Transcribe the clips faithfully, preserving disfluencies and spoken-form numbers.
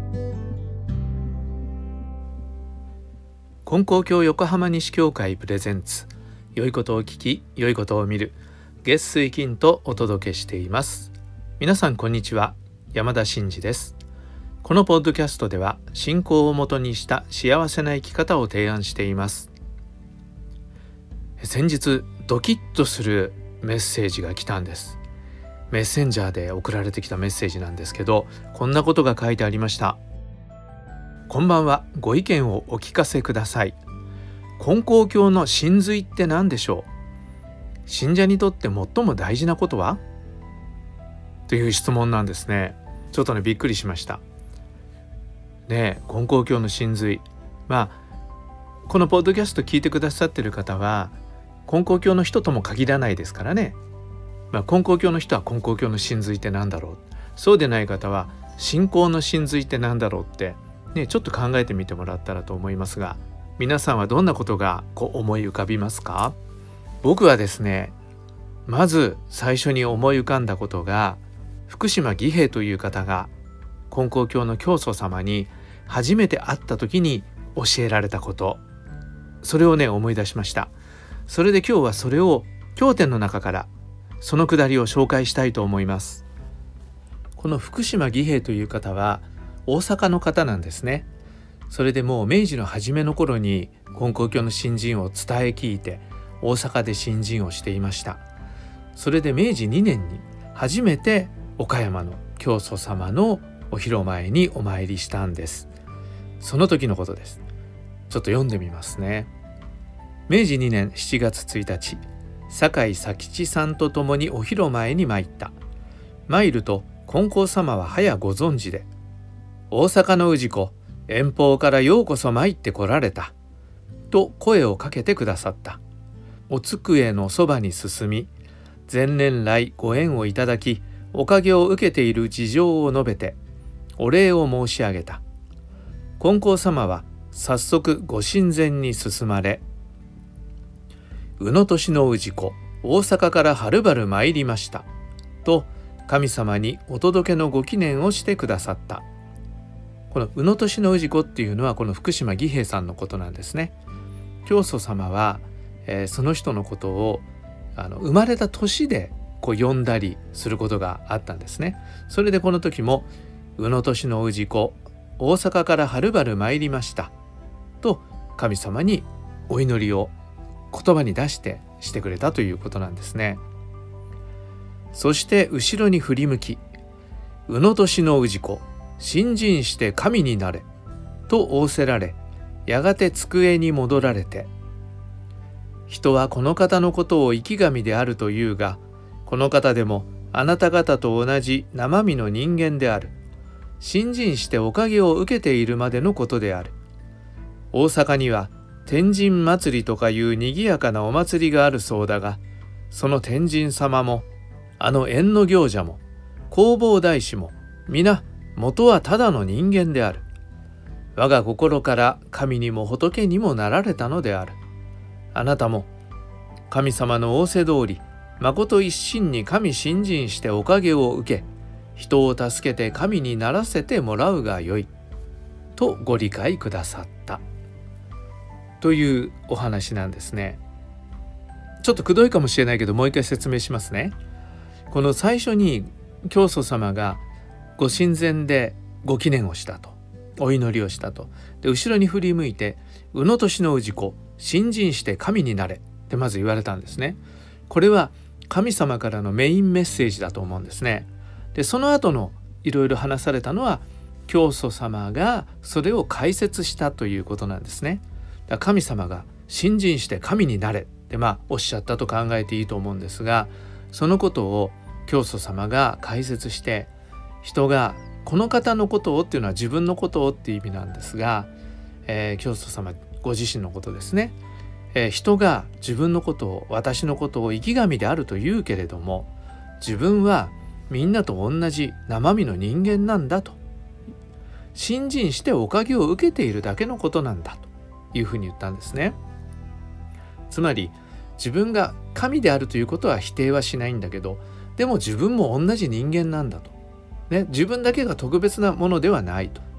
金光教横浜西教会プレゼンツ、良いことを聞き良いことを見る、月水金とお届けしています。皆さんこんにちは、山田真嗣です。このポッドキャストでは信仰をもとにした幸せな生き方を提案しています。先日ドキッとするメッセージが来たんです。メッセンジャーで送られてきたメッセージなんですけど、こんなことが書いてありました。こんばんは、ご意見をお聞かせください。金光教の神髄って何でしょう？信者にとって最も大事なことは？という質問なんですね。ちょっとねびっくりしましたね。え金光教の神髄、まあこのポッドキャスト聞いてくださってる方は金光教の人とも限らないですからね。まあ、金光教の人は金光教の神髄って何だろう、そうでない方は信仰の神髄って何だろうってね、ちょっと考えてみてもらったらと思いますが、皆さんはどんなことがこう思い浮かびますか？僕はですね、まず最初に思い浮かんだことが、福島義兵という方が金光教の教祖様に初めて会った時に教えられたこと、それをね思い出しました。それで今日はそれを経典の中からそのくだりを紹介したいと思います。この福島義兵という方は大阪の方なんですね。それでもう明治の初めの頃に金光教の信心を伝え聞いて大阪で信心をしていました。それで明治にねんに初めて岡山の教祖様のお披露前にお参りしたんです。その時のことです。ちょっと読んでみますね。明治にねんしちがつついたち、酒井佐吉さんと共にお披露前に参った。参ると金光様は早ご存知で、大阪の氏子、遠方からようこそ参ってこられたと声をかけてくださった。お机のそばに進み、前年来ご縁をいただきおかげを受けている事情を述べてお礼を申し上げた。金光様は早速ご神前に進まれ、宇野年の氏子、大阪からはるばる参りましたと神様にお届けのご記念をしてくださった。この宇野年の氏子っていうのはこの福島義兵さんのことなんですね。教祖様は、えー、その人のことをあの生まれた年でこう呼んだりすることがあったんですね。それでこの時も宇野年の氏子、大阪からはるばる参りましたと神様にお祈りを言葉に出してしてくれたということなんですね。そして後ろに振り向き、宇野年の氏子、信心して神になれと仰せられ、やがて机に戻られて、人はこの方のことを生き神であるというが、この方でもあなた方と同じ生身の人間である。信心しておかげを受けているまでのことである。大阪には天神祭りとかいうにぎやかなお祭りがあるそうだが、その天神様もあの縁の行者も弘法大師も皆元はただの人間である。我が心から神にも仏にもなられたのである。あなたも神様の仰せ通り、誠一心に神信心しておかげを受け、人を助けて神にならせてもらうがよいとご理解くださったというお話なんですね。ちょっとくどいかもしれないけど、もう一回説明しますね。この最初に教祖様がご神前でご記念をしたと、お祈りをしたと。で後ろに振り向いて、宇野年の氏子、信心して神になれってまず言われたんですね。これは神様からのメインメッセージだと思うんですね。でその後のいろいろ話されたのは、教祖様がそれを解説したということなんですね。だから神様が信心して神になれってまあおっしゃったと考えていいと思うんですが、そのことを教祖様が解説して、人がこの方のことをっていうのは自分のことをっていう意味なんですが、えー、教祖様ご自身のことですね。えー、人が自分のことを、私のことを生き神であるというけれども、自分はみんなと同じ生身の人間なんだと、信心しておかげを受けているだけのことなんだというふうに言ったんですね。つまり自分が神であるということは否定はしないんだけど、でも自分も同じ人間なんだと、ね、自分だけが特別なものではないと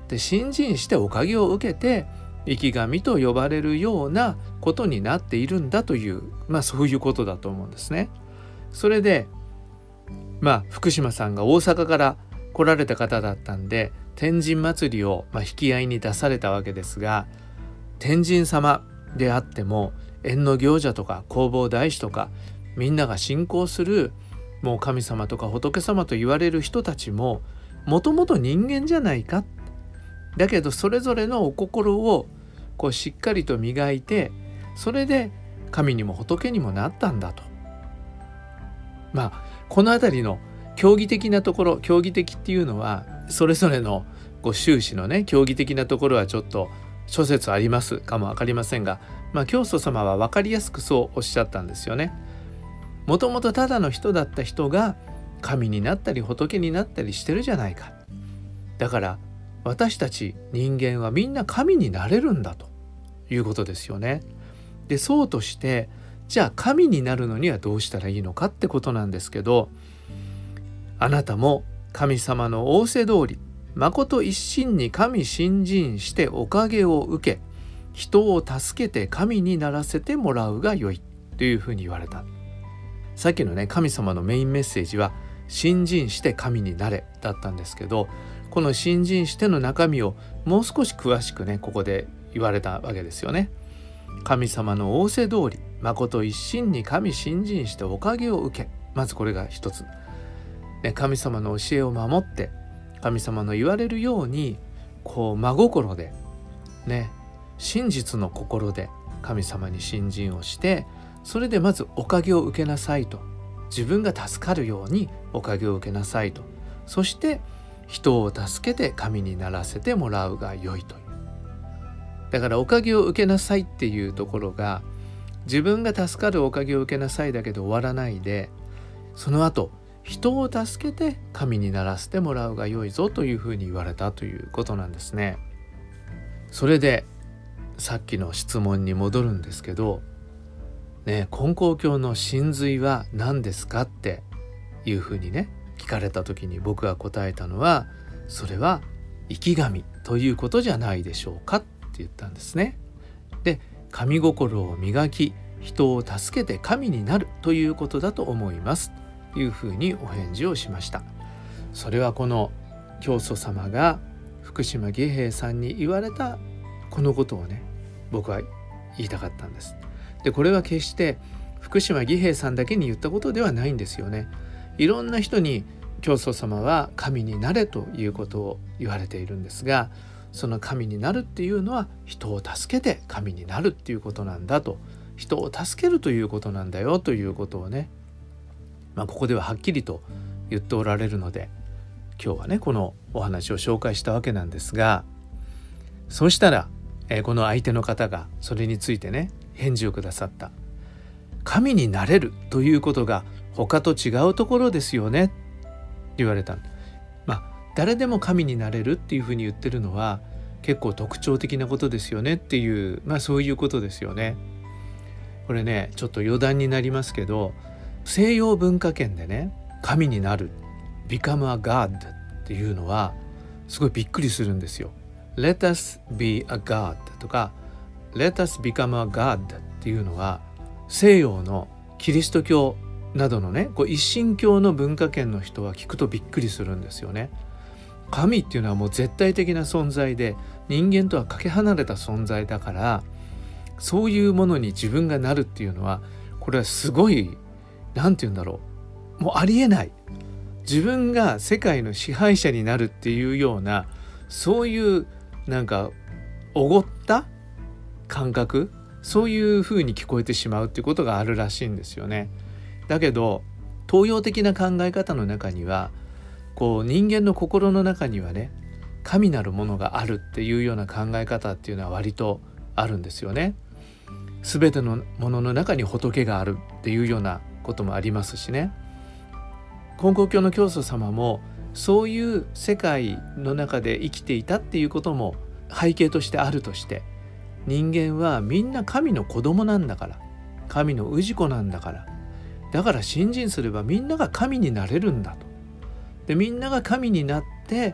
で信心しておかげを受けて生き神と呼ばれるようなことになっているんだという、まあそういうことだと思うんですね。それでまあ福島さんが大阪から来られた方だったんで天神祭りをまあ引き合いに出されたわけですが、天神様であっても縁の行者とか弘法大師とかみんなが信仰するもう神様とか仏様と言われる人たちももともと人間じゃないか。だけどそれぞれのお心をこうしっかりと磨いて、それで神にも仏にもなったんだと。まあこのあたりの教義的なところ、教義的っていうのはそれぞれのこう宗旨のね教義的なところはちょっと諸説ありますかも分かりませんが、まあ教祖様は分かりやすくそうおっしゃったんですよね。もともとただの人だった人が神になったり仏になったりしてるじゃないか。だから私たち人間はみんな神になれるんだということですよね。でそうとしてじゃあ神になるのにはどうしたらいいのかってことなんですけど、あなたも神様の仰せ通り誠一心に神信心しておかげを受け人を助けて神にならせてもらうがよいというふうに言われた。さっきのね神様のメインメッセージは信心して神になれだったんですけど、この信心しての中身をもう少し詳しくねここで言われたわけですよね。神様の仰せ通り誠一心に神信心しておかげを受け、まずこれが一つ、ね、神様の教えを守って神様の言われるようにこう真心でね真実の心で神様に信心をして、それでまずおかげを受けなさいと、自分が助かるようにおかげを受けなさいと、そして人を助けて神にならせてもらうがよいという。だからおかげを受けなさいっていうところが自分が助かるおかげを受けなさいだけで終わらないで、その後人を助けて神にならせてもらうがよいぞというふうに言われたということなんですね。それでさっきの質問に戻るんですけどね、金光教の神髄は何ですかっていうふうにね聞かれた時に僕が答えたのは、それは生き神ということじゃないでしょうかって言ったんですね。で神心を磨き人を助けて神になるということだと思いますというふうにお返事をしました。それはこの教祖様が福島義兵衛さんに言われたこのことをね僕は言いたかったんです。でこれは決して福島義兵衛さんだけに言ったことではないんですよね。いろんな人に教祖様は神になれということを言われているんですが、その神になるっていうのは人を助けて神になるっていうことなんだと、人を助けるということなんだよということをね、まあ、ここでははっきりと言っておられるので今日はねこのお話を紹介したわけなんですが、そうしたら、えー、この相手の方がそれについてね返事をくださった。神になれるということが他と違うところですよねって言われた。まあ誰でも神になれるっていうふうに言ってるのは結構特徴的なことですよねっていう、まあそういうことですよね。これねちょっと余談になりますけど、西洋文化圏でね神になる become a god っていうのはすごいびっくりするんですよ。 Let us be a god とか Let us become a god っていうのは西洋のキリスト教などのねこう一神教の文化圏の人は聞くとびっくりするんですよね。神っていうのはもう絶対的な存在で人間とはかけ離れた存在だから、そういうものに自分がなるっていうのはこれはすごいなんて言うんだろう、もうありえない、自分が世界の支配者になるっていうようなそういうなんかおごった感覚、そういう風に聞こえてしまうっていうことがあるらしいんですよね。だけど東洋的な考え方の中にはこう人間の心の中にはね神なるものがあるっていうような考え方っていうのは割とあるんですよね。すべてのものの中に仏があるっていうようなこともありますしね。金光教の教祖様もそういう世界の中で生きていたっていうことも背景としてあるとして、人間はみんな神の子供なんだから、神の氏子なんだから、だから信心すればみんなが神になれるんだと。でみんなが神になって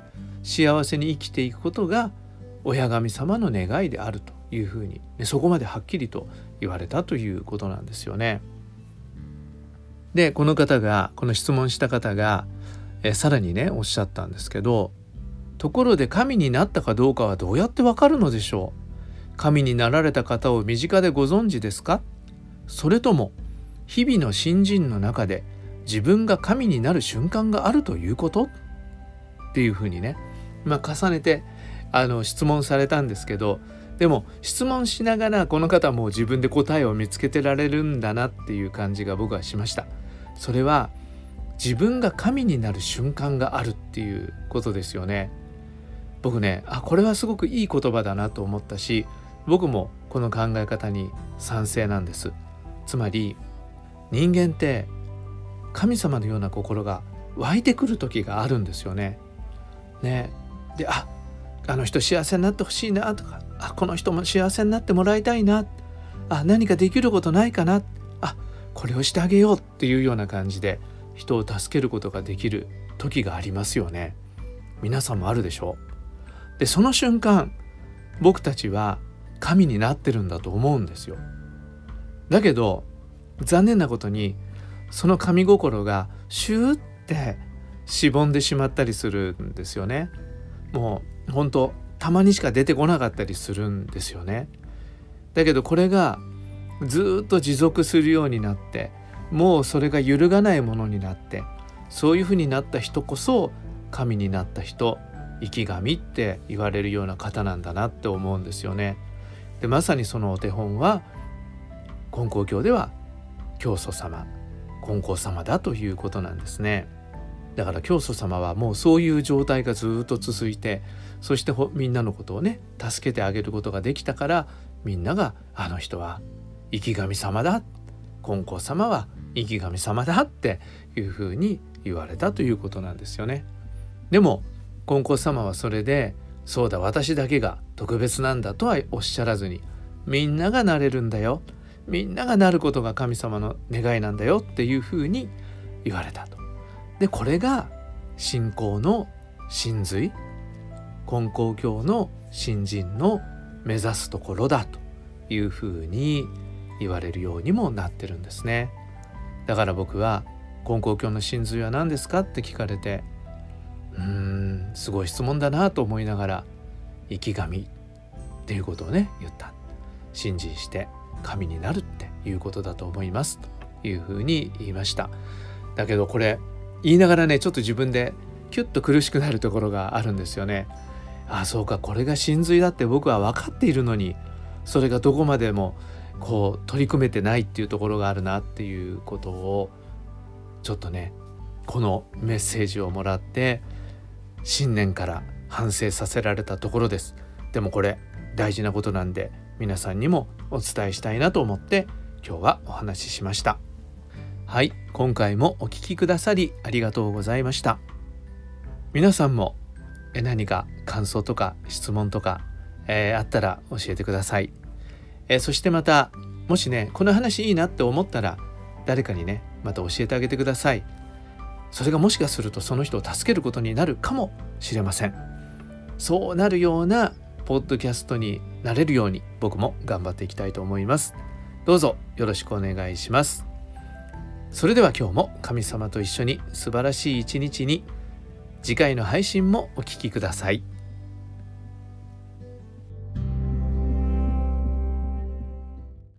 幸せに生きていくことが親神様の願いであるというふうに、ね、そこまではっきりと言われたということなんですよね。でこの方がこの質問した方がえさらにねおっしゃったんですけど、ところで神になったかどうかはどうやってわかるのでしょう。神になられた方を身近でご存知ですか。それとも日々の信心の中で自分が神になる瞬間があるということっていうふうにね、まあ、重ねてあの質問されたんですけど、でも質問しながらこの方も自分で答えを見つけてられるんだなっていう感じが僕はしました。それは自分が神になる瞬間があるっていうことですよね。僕ね、あ、これはすごくいい言葉だなと思ったし、僕もこの考え方に賛成なんです。つまり人間って神様のような心が湧いてくる時があるんですよね。ね、で、あ、あの人幸せになってほしいなとか、あ、この人も幸せになってもらいたいな、あ、何かできることないかな、あ、これをしてあげようっていうような感じで人を助けることができる時がありますよね。皆さんもあるでしょう。でその瞬間僕たちは神になってるんだと思うんですよ。だけど残念なことにその神心がシューってしぼんでしまったりするんですよね。もう本当たまにしか出てこなかったりするんですよね。だけどこれがずっと持続するようになって、もうそれが揺るがないものになって、そういうふうになった人こそ神になった人、生き神って言われるような方なんだなって思うんですよね。でまさにそのお手本は金光教では教祖様、金光様だということなんですね。だから教祖様はもうそういう状態がずっと続いて、そしてみんなのことをね助けてあげることができたから、みんながあの人は生き神様だ、金光様は生き神様だっていうふうに言われたということなんですよね。でも金光様はそれで、そうだ私だけが特別なんだとはおっしゃらずに、みんながなれるんだよ、みんながなることが神様の願いなんだよっていうふうに言われたと。でこれが信仰の真髄、金光教の信心の目指すところだというふうに言われるようにもなってるんですね。だから僕は金光教の真髄は何ですかって聞かれて、うーんすごい質問だなと思いながら、生き神っていうことをね言った。信心して神になるっていうことだと思いますというふうに言いました。だけどこれ言いながらね、ちょっと自分でキュッと苦しくなるところがあるんですよね。ああそうか、これが真髄だって僕は分かっているのに、それがどこまでもこう取り組めてないっていうところがあるなっていうことをちょっとね、このメッセージをもらって新年から反省させられたところです。でもこれ大事なことなんで、皆さんにもお伝えしたいなと思って今日はお話ししました。はい、今回もお聞きくださりありがとうございました。皆さんも何か感想とか質問とか、えー、あったら教えてください。えー、そしてまたもしねこの話いいなって思ったら誰かにねまた教えてあげてください。それがもしかするとその人を助けることになるかもしれません。そうなるようなポッドキャストになれるように僕も頑張っていきたいと思います。どうぞよろしくお願いします。それでは今日も神様と一緒に素晴らしい一日に、次回の配信もお聞きください。